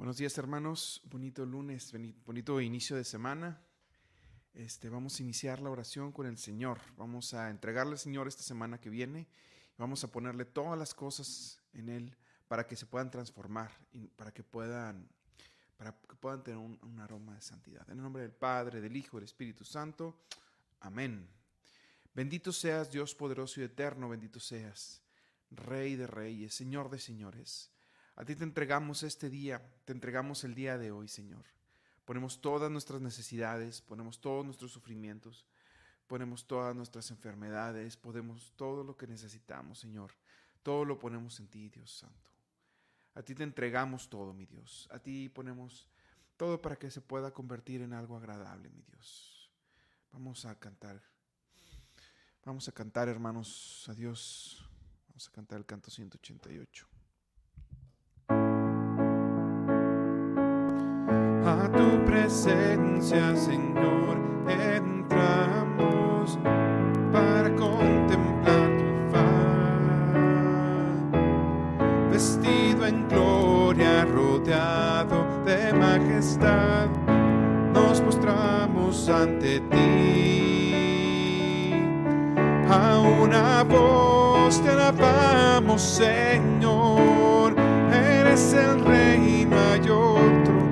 Buenos días, hermanos. Bonito lunes, bonito inicio de semana. Vamos a iniciar la oración con el Señor. Vamos a entregarle al Señor esta semana que viene. Vamos a ponerle todas las cosas en Él para que se puedan transformar y para que puedan tener un aroma de santidad. En el nombre del Padre, del Hijo y del Espíritu Santo. Amén. Bendito seas, Dios poderoso y eterno. Bendito seas, Rey de reyes, Señor de señores. A ti te entregamos este día, te entregamos el día de hoy, Señor. Ponemos todas nuestras necesidades, ponemos todos nuestros sufrimientos, ponemos todas nuestras enfermedades, ponemos todo lo que necesitamos, Señor. Todo lo ponemos en ti, Dios Santo. A ti te entregamos todo, mi Dios. A ti ponemos todo para que se pueda convertir en algo agradable, mi Dios. Vamos a cantar, hermanos, a Dios. Vamos a cantar el canto 188. A tu presencia, Señor, entramos para contemplar tu faz. Vestido en gloria, rodeado de majestad, nos postramos ante ti. A una voz te alabamos, Señor, eres el Rey, no hay otro.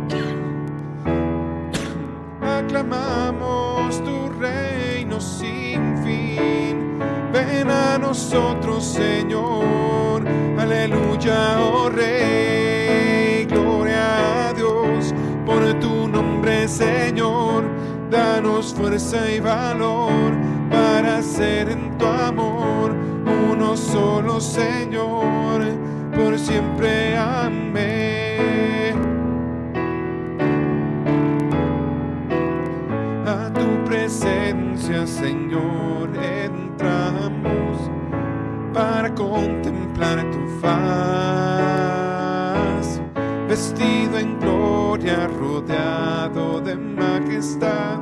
Aclamamos tu reino sin fin. Ven a nosotros, Señor. Aleluya, oh Rey. Gloria a Dios por tu nombre, Señor. Danos fuerza y valor para ser en tu amor uno solo, Señor, por siempre. Amén. Presencia, Señor, entramos para contemplar tu faz. Vestido en gloria, rodeado de majestad,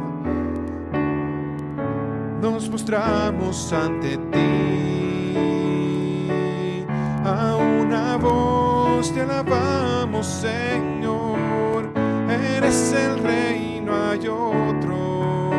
nos mostramos ante ti. A una voz te alabamos, Señor, eres el Rey, no hay otro.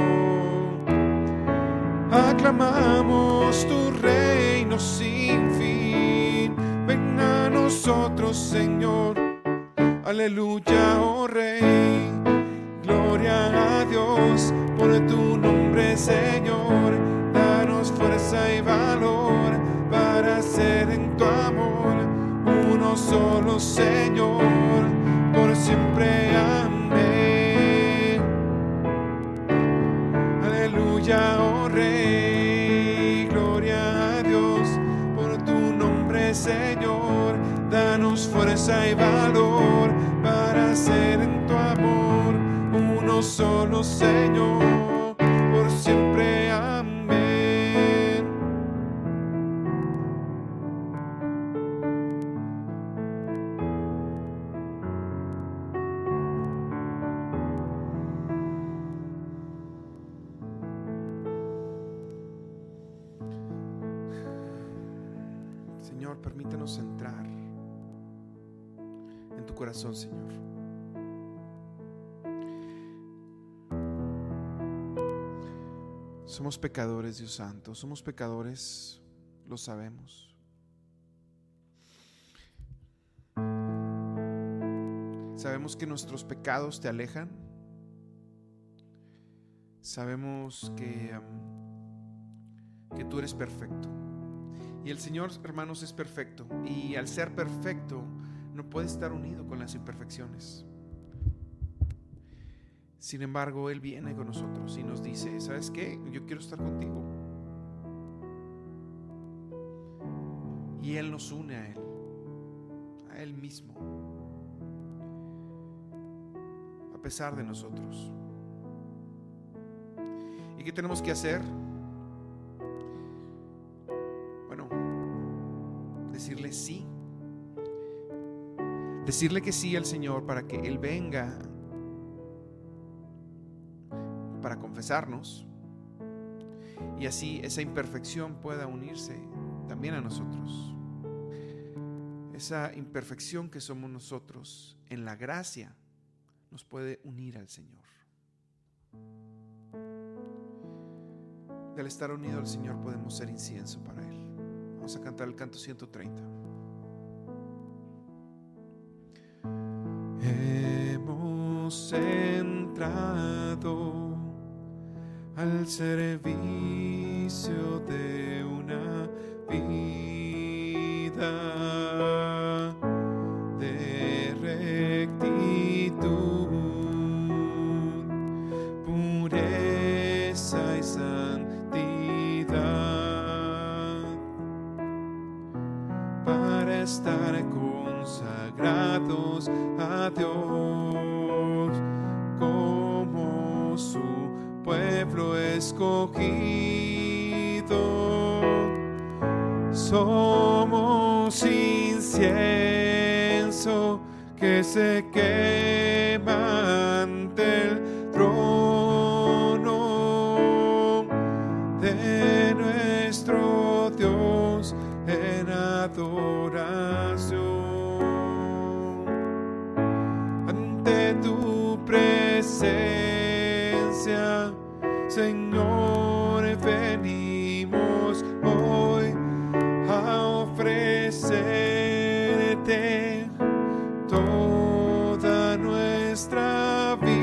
Aclamamos tu reino sin fin. Ven a nosotros, Señor. Aleluya, oh Rey. Gloria a Dios por tu nombre, Señor. Danos fuerza y valor para ser en tu amor uno solo, Señor, por siempre. Amén. Aleluya, oh Rey. Gloria a Dios por tu nombre, Señor. Danos fuerza y valor para ser en tu amor uno solo, Señor, por siempre. Amén. Señor, permítenos entrar en tu corazón, Señor. Somos pecadores, Dios Santo. Somos pecadores, lo sabemos. Sabemos que nuestros pecados te alejan. Sabemos que tú eres perfecto. Y el Señor, hermanos, es perfecto. Y al ser perfecto, no puede estar unido con las imperfecciones. Sin embargo, Él viene con nosotros y nos dice: ¿sabes qué? Yo quiero estar contigo. Y Él nos une a Él mismo, a pesar de nosotros. ¿Y qué tenemos que hacer? Bueno, decirle sí. Decirle que sí al Señor para que Él venga para confesarnos y así esa imperfección pueda unirse también a nosotros. esa imperfección que somos nosotros, en la gracia, nos puede unir al Señor. Y al estar unido al Señor podemos ser incienso para Él. Vamos a cantar el canto 130. Hemos entrado al servicio de una vida de rectitud, pureza y santidad, para estar consagrados a Dios como su pueblo escogido. Somos incienso que se quema ante el trono de nuestro Dios en adoración. Ante tu presencia, Señor, venimos hoy a ofrecerte toda nuestra vida.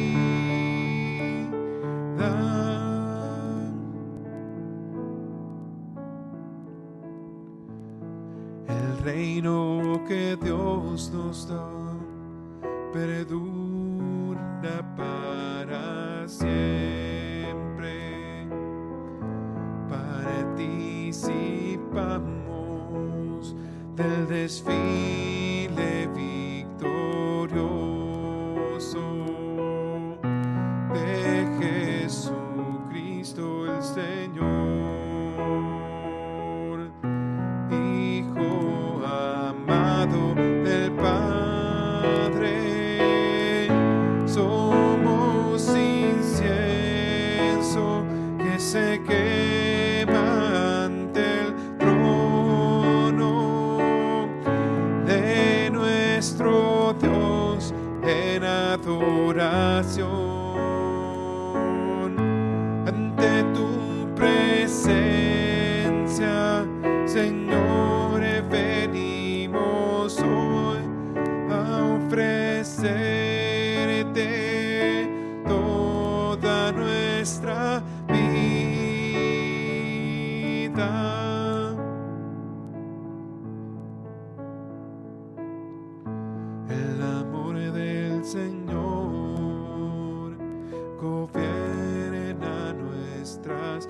El reino que Dios nos da perdura para siempre. Participamos del desfile victorioso de Jesucristo el Señor, Hijo amado del Padre. Somos incienso que se quema ante el trono de nuestro Dios en adoración. Ante tu presencia, Señor, venimos hoy a ofrecerte toda nuestra vida. El amor del Señor gobierna nuestras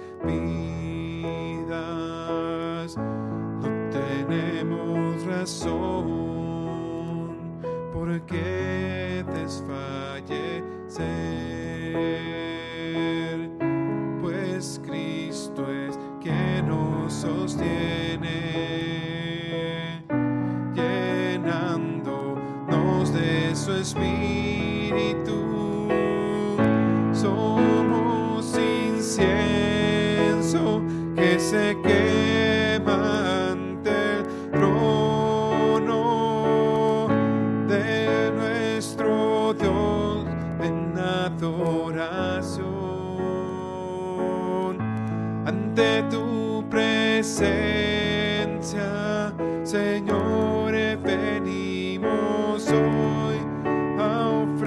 vidas. No tenemos razón por qué desfallecer, pues Cristo es quien nos sostiene, llenándonos de su espíritu. Somos incienso que se quema ante el trono de nuestro Dios en adoración. Ante tu presencia, Señor, venimos hoy a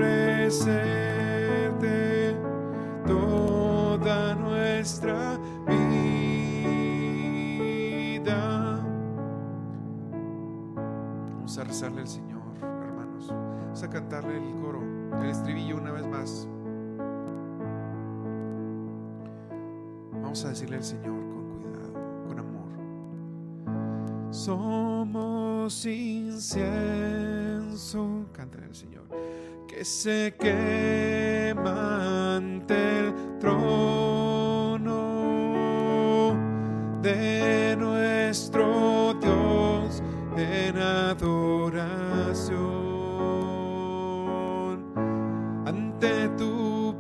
ofrecerte toda nuestra vida. Vamos a rezarle al Señor, hermanos. Vamos a cantarle el coro, el estribillo una vez más. Vamos a decirle al Señor con cuidado, con amor. Somos incienso, cántale al Señor, que se quema ante el trono de nuestro Dios en adoración. Ante tu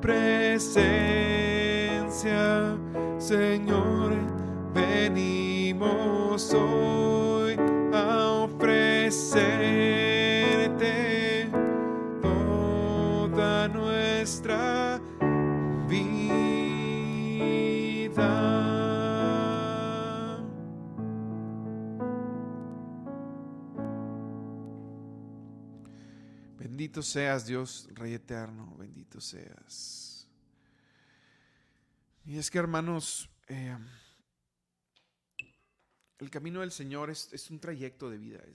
presencia, Señor, venimos hoy a ofrecer ofrecerte toda nuestra vida. Bendito seas, Dios, Rey eterno, bendito seas. Y es que, hermanos, el camino del Señor es un trayecto de vida,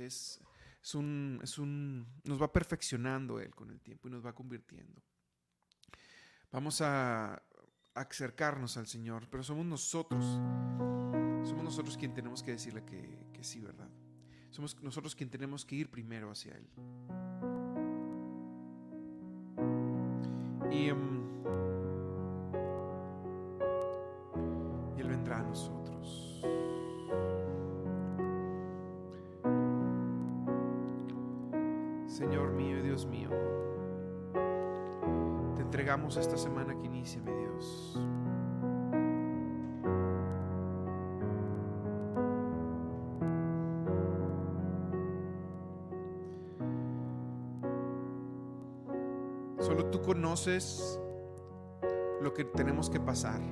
nos va perfeccionando Él con el tiempo y nos va convirtiendo. Vamos a acercarnos al Señor, pero somos nosotros quien tenemos que decirle que sí, ¿verdad? Somos nosotros quien tenemos que ir primero hacia Él. Y Él vendrá a nosotros. Señor mío y Dios mío, te entregamos esta semana que inicia, mi Dios. Solo tú conoces lo que tenemos que pasar,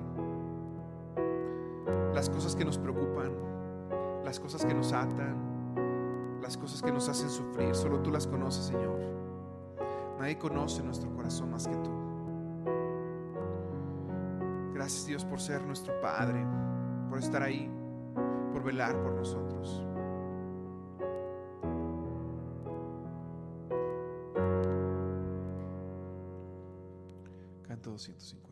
las cosas que nos preocupan, las cosas que nos atan, las cosas que nos hacen sufrir. Solo tú las conoces, Señor. Nadie conoce nuestro corazón más que tú. Gracias, Dios, por ser nuestro Padre, por estar ahí, por velar por nosotros. Canto 250.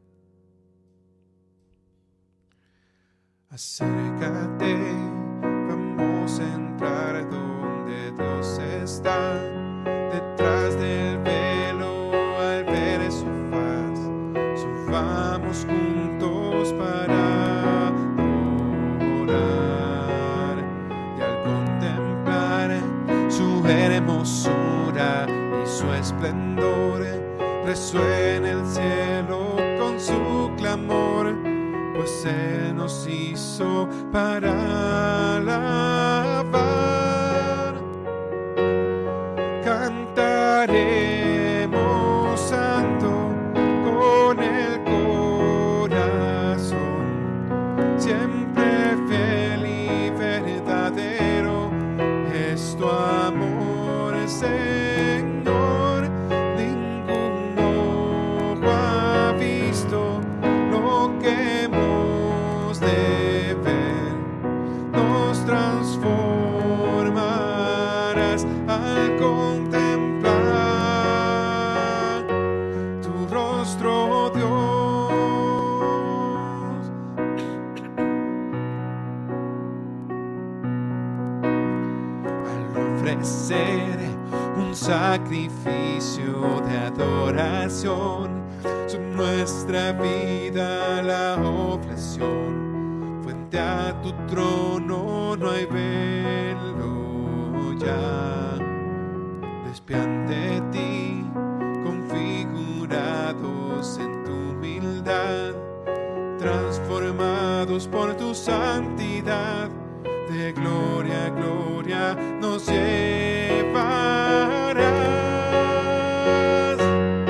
Acércate, vamos a entrar donde Dios está, detrás del velo al ver su faz. Subamos juntos para adorar, y al contemplar su hermosura y su esplendor, resuena el cielo con su clamor, pues Él nos hizo para alabar. Cantaremos santo con el corazón, siempre fiel y verdadero es tu amor, Señor. Ninguno ha visto lo que hemos de ver. Nos transformarás al contemplar tu rostro, Dios. Al ofrecer un sacrificio de adoración, nuestra vida la oblación, fuente a tu trono no hay velo ya. Despe ante ti, configurados en tu humildad, transformados por tu santidad, de gloria a gloria nos llevarás.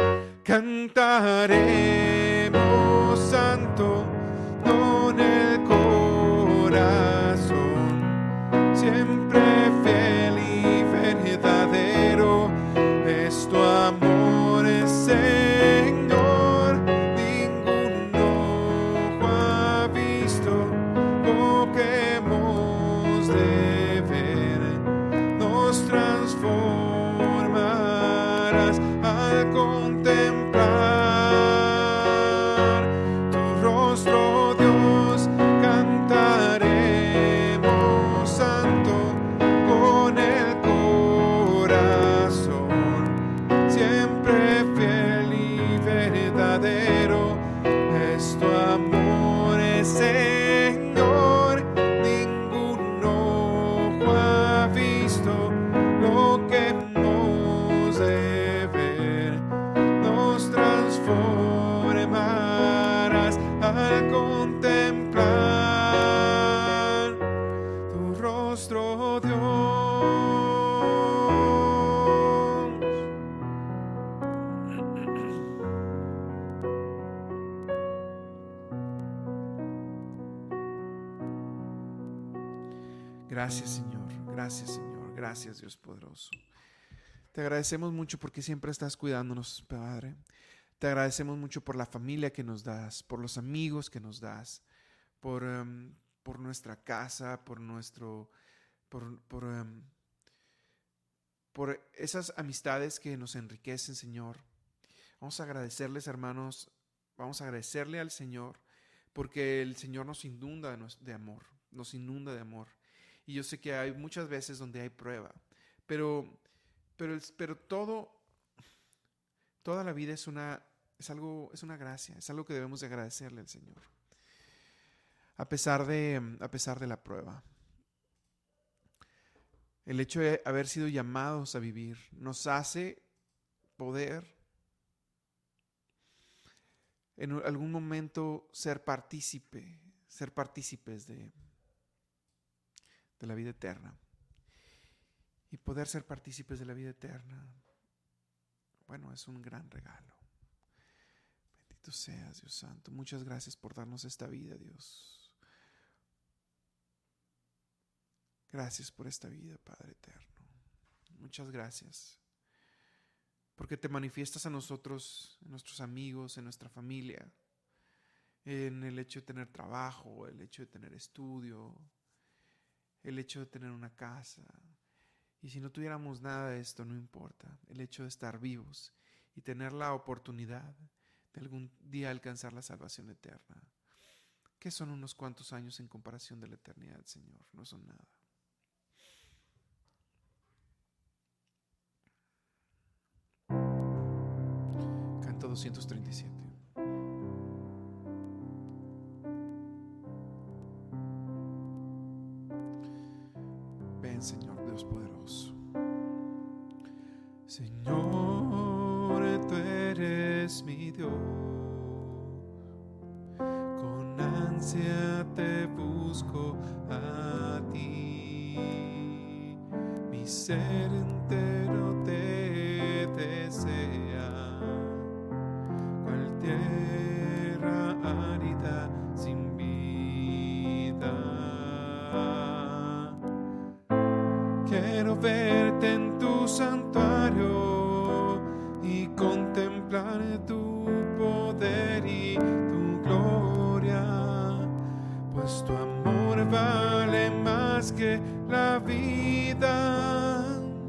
Cantaremos santo con el corazón, siempre fiel y verdadero es tu amor, Señor. Ninguno ha visto lo que hemos de ver. Nos transformarás al contemplar tu rostro, Dios. Cantaremos santo con el corazón, siempre fiel y verdadero es tu amor, Señor. Ninguno ha visto lo que hemos de ver. Gracias, Señor. Gracias, Señor. Gracias, Dios poderoso. Te agradecemos mucho porque siempre estás cuidándonos, Padre. Te agradecemos mucho por la familia que nos das, por los amigos que nos das, por nuestra casa, por esas amistades que nos enriquecen, Señor. Vamos a agradecerles, hermanos, vamos a agradecerle al Señor porque el Señor nos inunda de amor, nos inunda de amor. Y yo sé que hay muchas veces donde hay prueba, pero toda la vida es una gracia, es algo que debemos de agradecerle al Señor, a pesar de la prueba. El hecho de haber sido llamados a vivir nos hace poder en algún momento ser partícipes de la vida eterna. Y poder ser partícipes de la vida eterna, bueno, es un gran regalo. Bendito seas, Dios Santo. Muchas gracias por darnos esta vida, Dios. Gracias por esta vida, Padre eterno. Muchas gracias. Porque te manifiestas a nosotros, en nuestros amigos, en nuestra familia, en el hecho de tener trabajo, el hecho de tener estudio, el hecho de tener una casa. Y si no tuviéramos nada de esto, no importa. El hecho de estar vivos y tener la oportunidad de algún día alcanzar la salvación eterna. ¿Qué son unos cuantos años en comparación de la eternidad, Señor? No son nada. Canto 237. Ven, Señor Dios poderoso. Señor, tú eres mi Dios. Con ansia te busco a ti. Mi ser entero te desea. Cual tierra árida sin vida. Quiero verte en tu santuario y contemplar tu poder y tu gloria, pues tu amor vale más que la vida.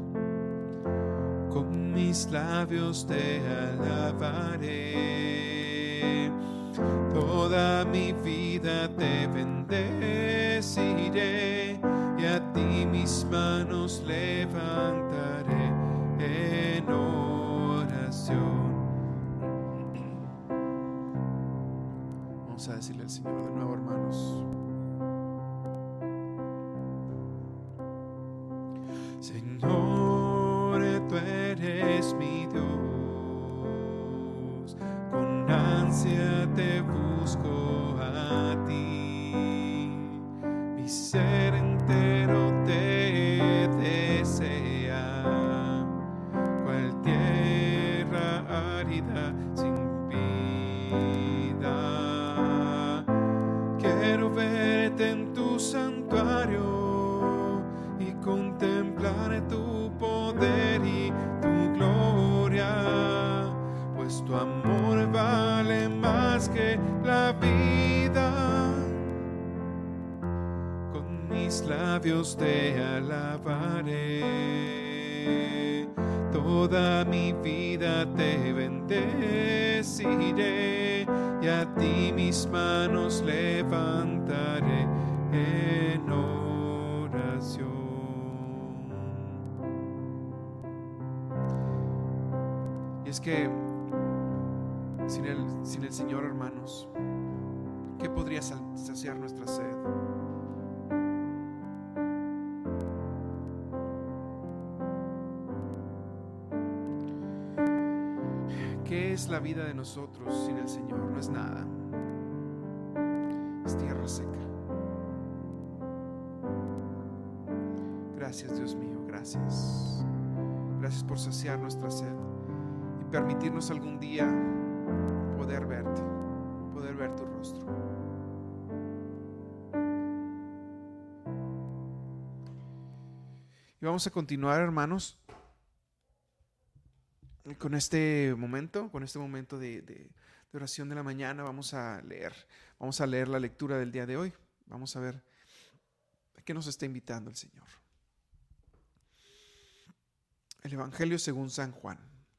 Con mis labios te alabaré, toda mi vida te bendeciré. Y a ti mis manos levantaré en oración. Vamos a decirle al Señor de nuevo, hermanos. Señor, tú eres mi Dios. Con ansia te busco a ti. Mi ser entero te desea, cual tierra árida sin vida. Quiero verte en tu santuario y contemplar tu poder y tu gloria, pues tu amor vale más que la vida. Mis labios te alabaré, toda mi vida te bendeciré, y a ti mis manos levantaré en oración. Y es que sin el Señor, hermanos, ¿qué podría saciar nuestra sed? ¿Qué es la vida de nosotros sin el Señor? No es nada. Es tierra seca. Gracias, Dios mío, gracias. Gracias por saciar nuestra sed y permitirnos algún día poder verte, poder ver tu rostro. Y vamos a continuar, hermanos, con este momento de oración de la mañana. Vamos a leer la lectura del día de hoy. Vamos a ver a qué nos está invitando el Señor. El Evangelio según San Juan.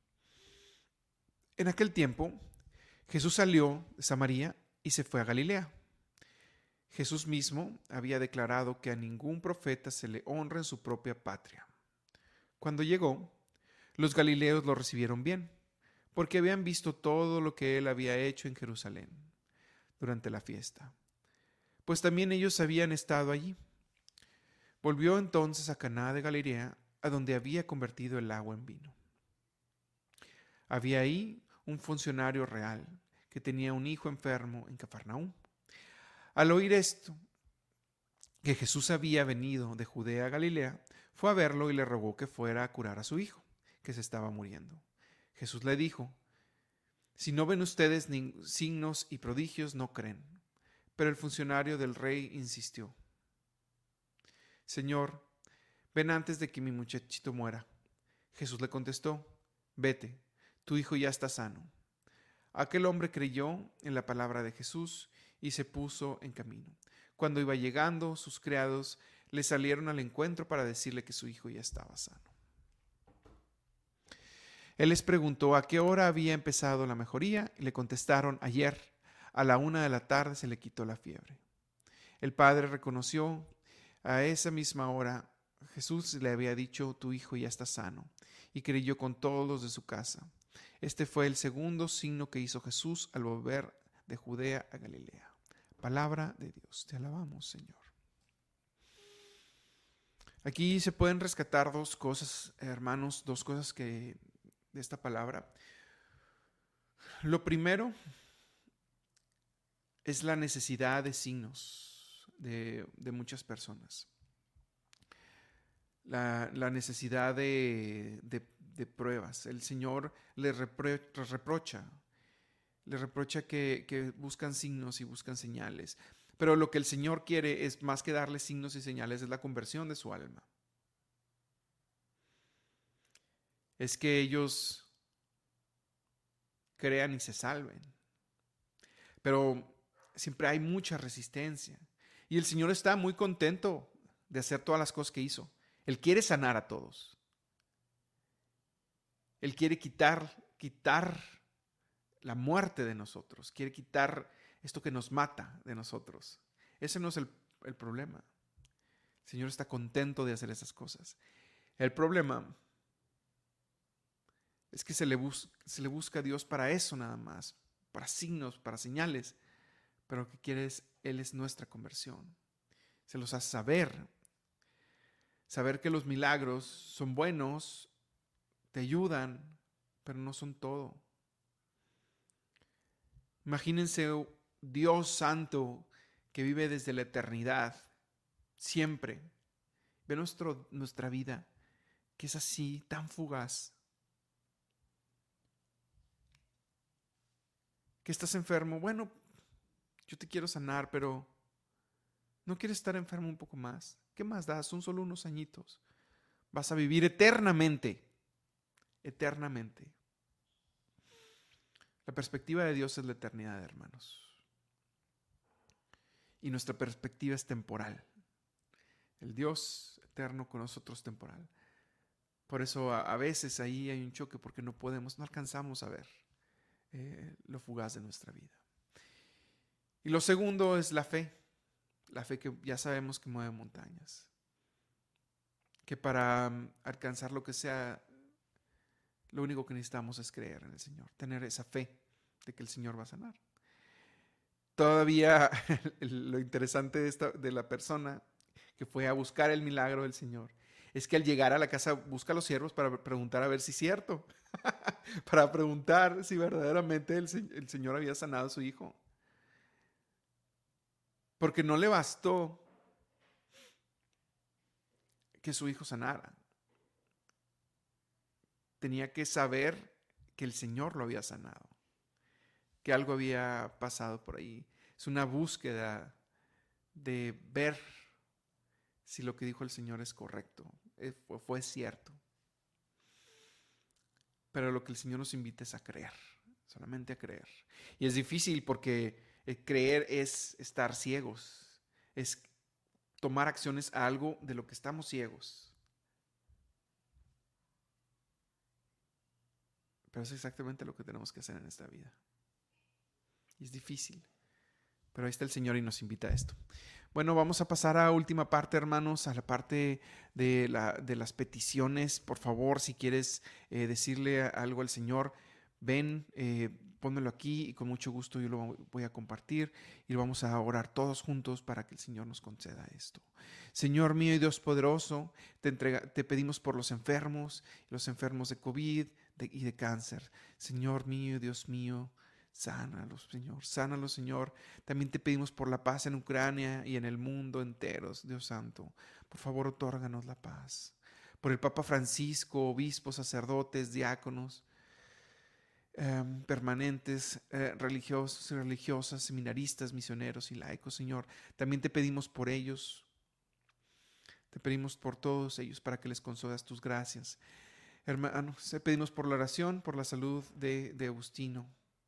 En aquel tiempo, Jesús salió de Samaria y se fue a Galilea. Jesús mismo había declarado que a ningún profeta se le honra en su propia patria. Cuando llegó, los galileos lo recibieron bien, porque habían visto todo lo que él había hecho en Jerusalén durante la fiesta, pues también ellos habían estado allí. Volvió entonces a Caná de Galilea, a donde había convertido el agua en vino. Había ahí un funcionario real que tenía un hijo enfermo en Cafarnaúm. Al oír esto, que Jesús había venido de Judea a Galilea, fue a verlo y le rogó que fuera a curar a su hijo, que se estaba muriendo. Jesús le dijo: si no ven ustedes signos y prodigios, no creen. Pero el funcionario del rey insistió: Señor, ven antes de que mi muchachito muera. Jesús le contestó: vete, tu hijo ya está sano. Aquel hombre creyó en la palabra de Jesús y se puso en camino. Cuando iba llegando, sus criados le salieron al encuentro para decirle que su hijo ya estaba sano. Él les preguntó a qué hora había empezado la mejoría y le contestaron: ayer, a la 1 p.m, se le quitó la fiebre. El padre reconoció a esa misma hora Jesús le había dicho: tu hijo ya está sano, y creyó con todos los de su casa. Este fue el segundo signo que hizo Jesús al volver de Judea a Galilea. Palabra de Dios. Te alabamos, Señor. Aquí se pueden rescatar dos cosas, hermanos, dos cosas de esta palabra. Lo primero es la necesidad de signos de muchas personas. La necesidad de pruebas. El Señor les reprocha que buscan signos y buscan señales. Pero lo que el Señor quiere es más que darles signos y señales, es la conversión de su alma. Es que ellos crean y se salven. Pero siempre hay mucha resistencia. Y el Señor está muy contento de hacer todas las cosas que hizo. Él quiere sanar a todos. Él quiere quitar la muerte de nosotros. Quiere quitar esto que nos mata de nosotros. Ese no es el problema. El Señor está contento de hacer esas cosas. El problema es que se le busca a Dios para eso nada más. Para signos, para señales. Pero lo que quiere Él es nuestra conversión. Se los hace saber. Saber que los milagros son buenos, te ayudan, pero no son todo. Imagínense Dios santo que vive desde la eternidad, siempre. Ve nuestra vida, que es así, tan fugaz. Que estás enfermo, bueno, yo te quiero sanar, pero ¿no quieres estar enfermo un poco más? ¿Qué más da? Son solo unos añitos. Vas a vivir eternamente. Eternamente. La perspectiva de Dios es la eternidad, hermanos. Y nuestra perspectiva es temporal. El Dios eterno con nosotros temporal. Por eso a veces ahí hay un choque porque no alcanzamos a ver lo fugaz de nuestra vida. Y lo segundo es la fe. La fe que ya sabemos que mueve montañas. Que para alcanzar lo que sea, lo único que necesitamos es creer en el Señor. Tener esa fe de que el Señor va a sanar. Todavía lo interesante de la persona que fue a buscar el milagro del Señor es que al llegar a la casa busca a los siervos para preguntar a ver si es cierto. Para preguntar si verdaderamente el Señor había sanado a su hijo. Porque no le bastó que su hijo sanara. Tenía que saber que el Señor lo había sanado. Que algo había pasado por ahí. Es una búsqueda de ver si lo que dijo el Señor es correcto. fue cierto. Pero lo que el Señor nos invita es a creer, solamente a creer. Y es difícil porque creer es estar ciegos, es tomar acciones a algo de lo que estamos ciegos. Pero es exactamente lo que tenemos que hacer en esta vida. Y es difícil. Pero ahí está el Señor y nos invita a esto. Bueno, vamos a pasar a última parte, hermanos, a la parte de las peticiones. Por favor, si quieres decirle algo al Señor, ven, pónmelo aquí y con mucho gusto yo lo voy a compartir y lo vamos a orar todos juntos para que el Señor nos conceda esto. Señor mío y Dios poderoso, te pedimos por los enfermos de COVID y de cáncer. Señor mío y Dios mío, sánalos, Señor, sánalos, Señor. También te pedimos por la paz en Ucrania y en el mundo entero, Dios santo. Por favor, otórganos la paz. Por el Papa Francisco, obispos, sacerdotes, diáconos, permanentes, religiosos y religiosas, seminaristas, misioneros y laicos, Señor. También te pedimos por ellos. Te pedimos por todos ellos para que les concedas tus gracias. Hermanos, te pedimos por la oración, por la salud de Agustín.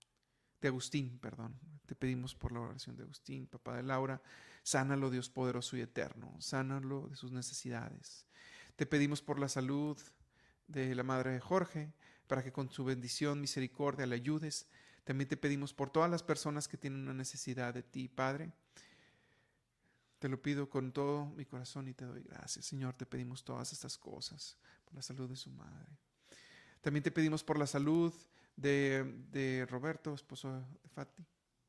Te pedimos por la oración de Agustín, papá de Laura. Sánalo, Dios poderoso y eterno. Sánalo de sus necesidades. Te pedimos por la salud de la madre de Jorge, para que con su bendición, misericordia le ayudes. También te pedimos por todas las personas que tienen una necesidad de ti, Padre. Te lo pido con todo mi corazón y te doy gracias. Señor, te pedimos todas estas cosas, por la salud de su madre. También te pedimos por la salud de Roberto, esposo de Fati.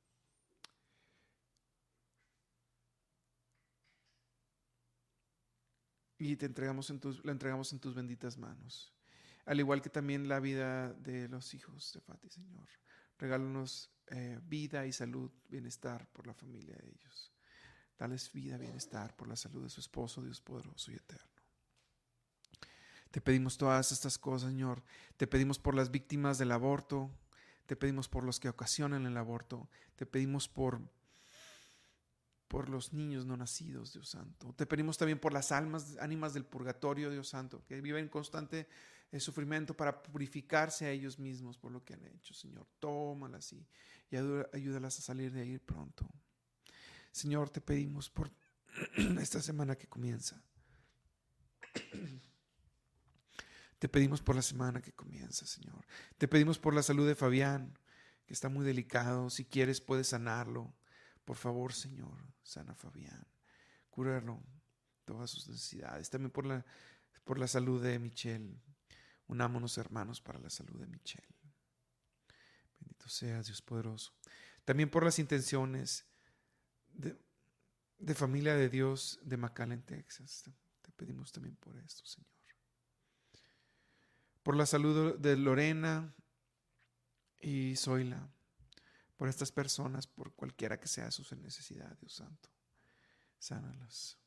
Y la entregamos en tus benditas manos. Al igual que también la vida de los hijos de Fati, Señor. Regálanos vida y salud, bienestar por la familia de ellos. Dales vida, bienestar por la salud de su esposo, Dios poderoso y eterno. Te pedimos todas estas cosas, Señor. Te pedimos por las víctimas del aborto. Te pedimos por los que ocasionan el aborto. Te pedimos por los niños no nacidos, Dios santo. Te pedimos también por las ánimas del purgatorio, Dios santo, que viven en constante sufrimiento para purificarse a ellos mismos por lo que han hecho, Señor. Tómalas y ayúdalas a salir de ahí pronto. Señor, te pedimos por esta semana que comienza. Te pedimos por la semana que comienza, Señor. Te pedimos por la salud de Fabián, que está muy delicado. Si quieres, puedes sanarlo. Por favor, Señor, sana a Fabián. Cúralo todas sus necesidades. También por la salud de Michelle. Unámonos, hermanos, para la salud de Michelle. Bendito seas, Dios poderoso. También por las intenciones de familia de Dios de McAllen, Texas. Te pedimos también por esto, Señor. Por la salud de Lorena y Zoila. Por estas personas, por cualquiera que sea su necesidad, Dios santo. Sánalas.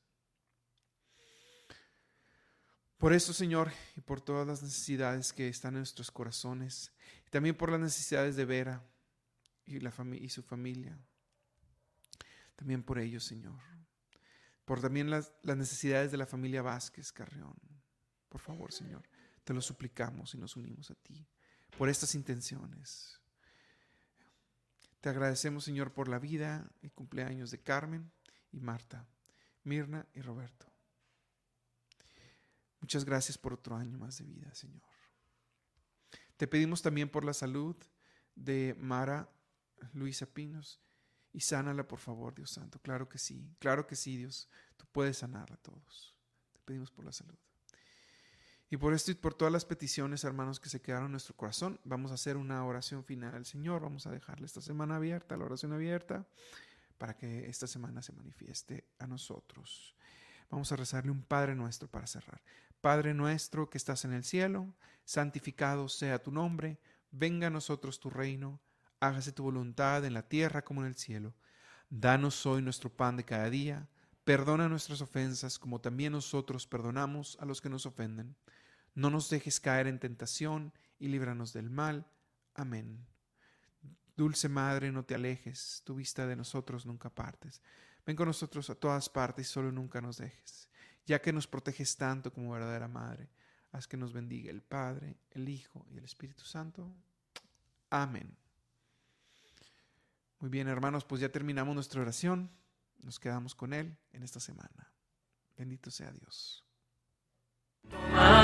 Por eso, Señor, y por todas las necesidades que están en nuestros corazones. Y también por las necesidades de Vera y su familia. También por ellos, Señor. Por también las necesidades de la familia Vázquez Carrión. Por favor, Señor, te lo suplicamos y nos unimos a ti. Por estas intenciones. Te agradecemos, Señor, por la vida y cumpleaños de Carmen y Marta, Mirna y Roberto. Muchas gracias por otro año más de vida, Señor. Te pedimos también por la salud de Mara Luisa Pinos y sánala, por favor, Dios santo. Claro que sí, Dios. Tú puedes sanarla a todos. Te pedimos por la salud. Y por esto y por todas las peticiones, hermanos, que se quedaron en nuestro corazón, vamos a hacer una oración final al Señor. Vamos a dejarle esta semana abierta, la oración abierta, para que esta semana se manifieste a nosotros. Vamos a rezarle un Padre Nuestro para cerrar. Padre nuestro que estás en el cielo, santificado sea tu nombre, venga a nosotros tu reino, hágase tu voluntad en la tierra como en el cielo. Danos hoy nuestro pan de cada día, perdona nuestras ofensas como también nosotros perdonamos a los que nos ofenden. No nos dejes caer en tentación y líbranos del mal. Amén. Dulce Madre, no te alejes, tu vista de nosotros nunca partes. Ven con nosotros a todas partes y solo nunca nos dejes. ya que nos proteges tanto como verdadera Madre, haz que nos bendiga el Padre, el Hijo y el Espíritu Santo. Amén. Muy bien, hermanos, pues ya terminamos nuestra oración. Nos quedamos con Él en esta semana. Bendito sea Dios.